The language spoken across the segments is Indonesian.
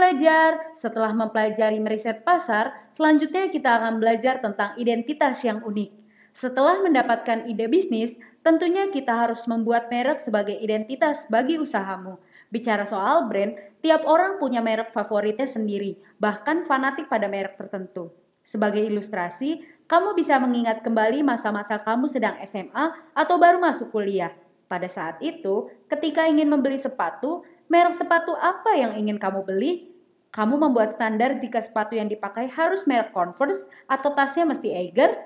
sajar, setelah mempelajari meriset pasar, selanjutnya kita akan belajar tentang identitas yang unik. Setelah mendapatkan ide bisnis, tentunya kita harus membuat merek sebagai identitas bagi usahamu. Bicara soal brand, tiap orang punya merek favoritnya sendiri, bahkan fanatik pada merek tertentu. Sebagai ilustrasi, kamu bisa mengingat kembali masa-masa kamu sedang SMA atau baru masuk kuliah. Pada saat itu, ketika ingin membeli sepatu, merek sepatu apa yang ingin kamu beli? Kamu membuat standar jika sepatu yang dipakai harus merek Converse atau tasnya mesti Eiger?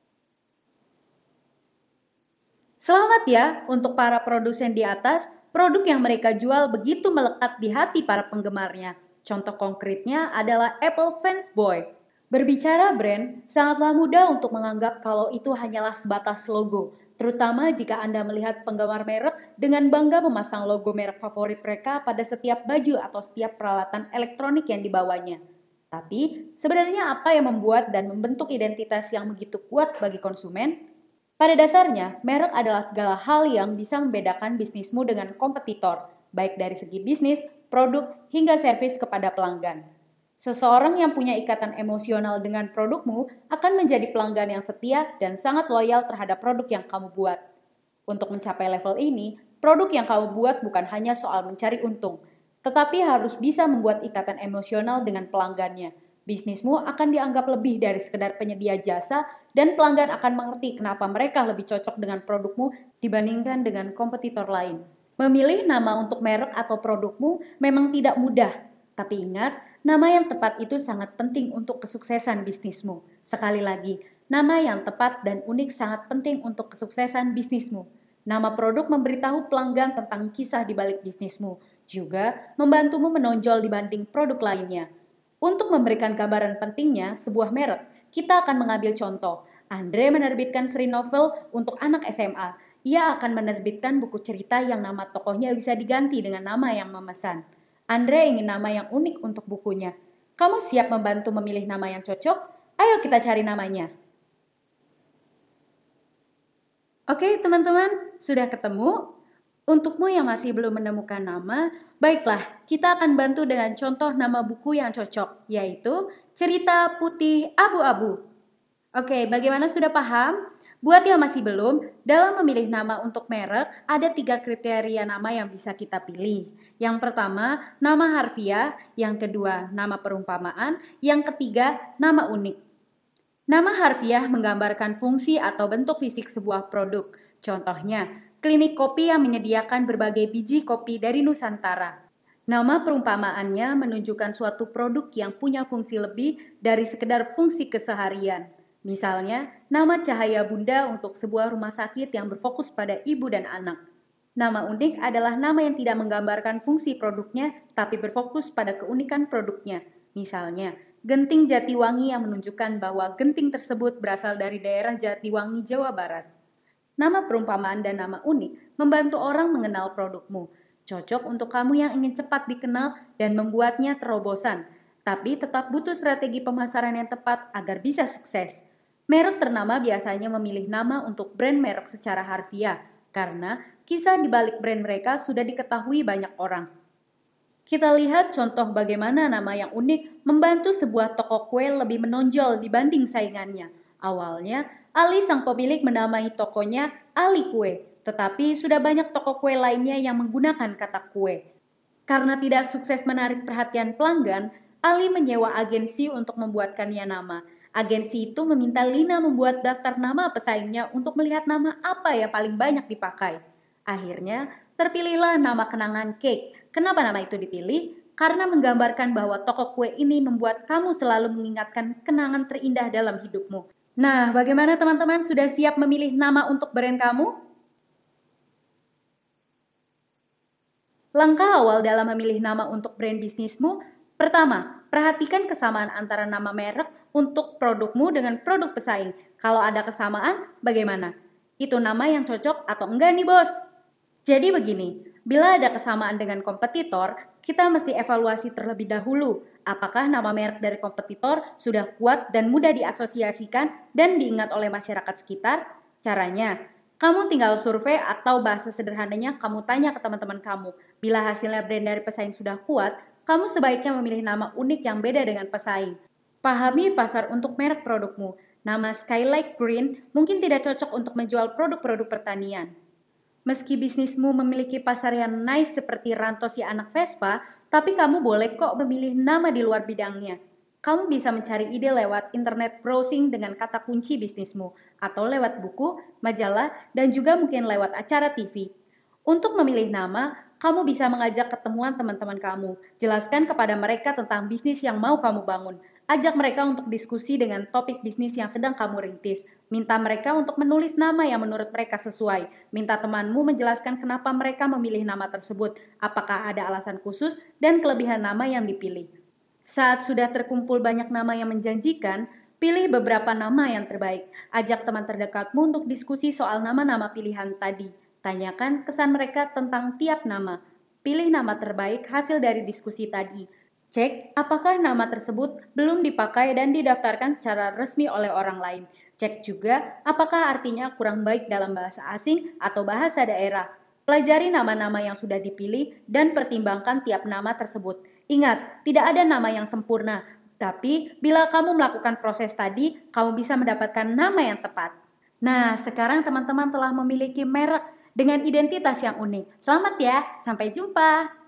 Selamat ya untuk para produsen di atas, produk yang mereka jual begitu melekat di hati para penggemarnya. Contoh konkretnya adalah Apple Fansboy. Berbicara brand, sangatlah mudah untuk menganggap kalau itu hanyalah sebatas logo, terutama jika Anda melihat penggemar merek dengan bangga memasang logo merek favorit mereka pada setiap baju atau setiap peralatan elektronik yang dibawanya. Tapi, sebenarnya apa yang membuat dan membentuk identitas yang begitu kuat bagi konsumen? Pada dasarnya, merek adalah segala hal yang bisa membedakan bisnismu dengan kompetitor, baik dari segi bisnis, produk, hingga servis kepada pelanggan. Seseorang yang punya ikatan emosional dengan produkmu akan menjadi pelanggan yang setia dan sangat loyal terhadap produk yang kamu buat. Untuk mencapai level ini, produk yang kamu buat bukan hanya soal mencari untung, tetapi harus bisa membuat ikatan emosional dengan pelanggannya. Bisnismu akan dianggap lebih dari sekedar penyedia jasa dan pelanggan akan mengerti kenapa mereka lebih cocok dengan produkmu dibandingkan dengan kompetitor lain. Memilih nama untuk merek atau produkmu memang tidak mudah, tapi ingat, nama yang tepat itu sangat penting untuk kesuksesan bisnismu. Sekali lagi, nama yang tepat dan unik sangat penting untuk kesuksesan bisnismu. Nama produk memberitahu pelanggan tentang kisah di balik bisnismu, juga membantumu menonjol dibanding produk lainnya. Untuk memberikan gambaran pentingnya sebuah merek, kita akan mengambil contoh. Andre menerbitkan seri novel untuk anak SMA. Ia akan menerbitkan buku cerita yang nama tokohnya bisa diganti dengan nama yang memesan. Andre ingin nama yang unik untuk bukunya. Kamu siap membantu memilih nama yang cocok? Ayo kita cari namanya. Oke teman-teman, sudah ketemu? Untukmu yang masih belum menemukan nama, baiklah, kita akan bantu dengan contoh nama buku yang cocok, yaitu Cerita Putih Abu-Abu. Oke, bagaimana sudah paham? Buat yang masih belum, dalam memilih nama untuk merek, ada 3 kriteria nama yang bisa kita pilih. Yang pertama, nama harfiah, yang kedua, nama perumpamaan, yang ketiga, nama unik. Nama harfiah menggambarkan fungsi atau bentuk fisik sebuah produk. Contohnya, klinik kopi yang menyediakan berbagai biji kopi dari Nusantara. Nama perumpamaannya menunjukkan suatu produk yang punya fungsi lebih dari sekedar fungsi keseharian. Misalnya, nama Cahaya Bunda untuk sebuah rumah sakit yang berfokus pada ibu dan anak. Nama unik adalah nama yang tidak menggambarkan fungsi produknya, tapi berfokus pada keunikan produknya. Misalnya, genting Jatiwangi yang menunjukkan bahwa genting tersebut berasal dari daerah Jatiwangi, Jawa Barat. Nama perumpamaan dan nama unik membantu orang mengenal produkmu. Cocok untuk kamu yang ingin cepat dikenal dan membuatnya terobosan, tapi tetap butuh strategi pemasaran yang tepat agar bisa sukses. Merek ternama biasanya memilih nama untuk brand merek secara harfiah, karena kisah di balik brand mereka sudah diketahui banyak orang. Kita lihat contoh bagaimana nama yang unik membantu sebuah toko kue lebih menonjol dibanding saingannya. Awalnya, Ali sang pemilik menamai tokonya Ali Kue, tetapi sudah banyak toko kue lainnya yang menggunakan kata kue. Karena tidak sukses menarik perhatian pelanggan, Ali menyewa agensi untuk membuatkannya nama. Agensi itu meminta Lina membuat daftar nama pesaingnya untuk melihat nama apa yang paling banyak dipakai. Akhirnya, terpilihlah nama kenangan cake. Kenapa nama itu dipilih? Karena menggambarkan bahwa toko kue ini membuat kamu selalu mengingatkan kenangan terindah dalam hidupmu. Nah, bagaimana teman-teman sudah siap memilih nama untuk brand kamu? Langkah awal dalam memilih nama untuk brand bisnismu, pertama, perhatikan kesamaan antara nama merek untuk produkmu dengan produk pesaing. Kalau ada kesamaan, bagaimana? Itu nama yang cocok atau enggak nih bos? Jadi begini, bila ada kesamaan dengan kompetitor, kita mesti evaluasi terlebih dahulu. Apakah nama merek dari kompetitor sudah kuat dan mudah diasosiasikan dan diingat oleh masyarakat sekitar? Caranya, kamu tinggal survei atau bahasa sederhananya kamu tanya ke teman-teman kamu. Bila hasilnya brand dari pesaing sudah kuat, kamu sebaiknya memilih nama unik yang beda dengan pesaing. Pahami pasar untuk merek produkmu. Nama Skylight Green mungkin tidak cocok untuk menjual produk-produk pertanian. Meski bisnismu memiliki pasar yang nice seperti Ranto si anak Vespa, tapi kamu boleh kok memilih nama di luar bidangnya. Kamu bisa mencari ide lewat internet browsing dengan kata kunci bisnismu, atau lewat buku, majalah, dan juga mungkin lewat acara TV. Untuk memilih nama, kamu bisa mengajak ketemuan teman-teman kamu. Jelaskan kepada mereka tentang bisnis yang mau kamu bangun. Ajak mereka untuk diskusi dengan topik bisnis yang sedang kamu rintis. Minta mereka untuk menulis nama yang menurut mereka sesuai. Minta temanmu menjelaskan kenapa mereka memilih nama tersebut, apakah ada alasan khusus, dan kelebihan nama yang dipilih. Saat sudah terkumpul banyak nama yang menjanjikan, pilih beberapa nama yang terbaik. Ajak teman terdekatmu untuk diskusi soal nama-nama pilihan tadi. Tanyakan kesan mereka tentang tiap nama. Pilih nama terbaik hasil dari diskusi tadi. Cek apakah nama tersebut belum dipakai dan didaftarkan secara resmi oleh orang lain. Cek juga apakah artinya kurang baik dalam bahasa asing atau bahasa daerah. Pelajari nama-nama yang sudah dipilih dan pertimbangkan tiap nama tersebut. Ingat, tidak ada nama yang sempurna, tapi bila kamu melakukan proses tadi, kamu bisa mendapatkan nama yang tepat. Nah, sekarang teman-teman telah memiliki merek dengan identitas yang unik. Selamat ya, sampai jumpa.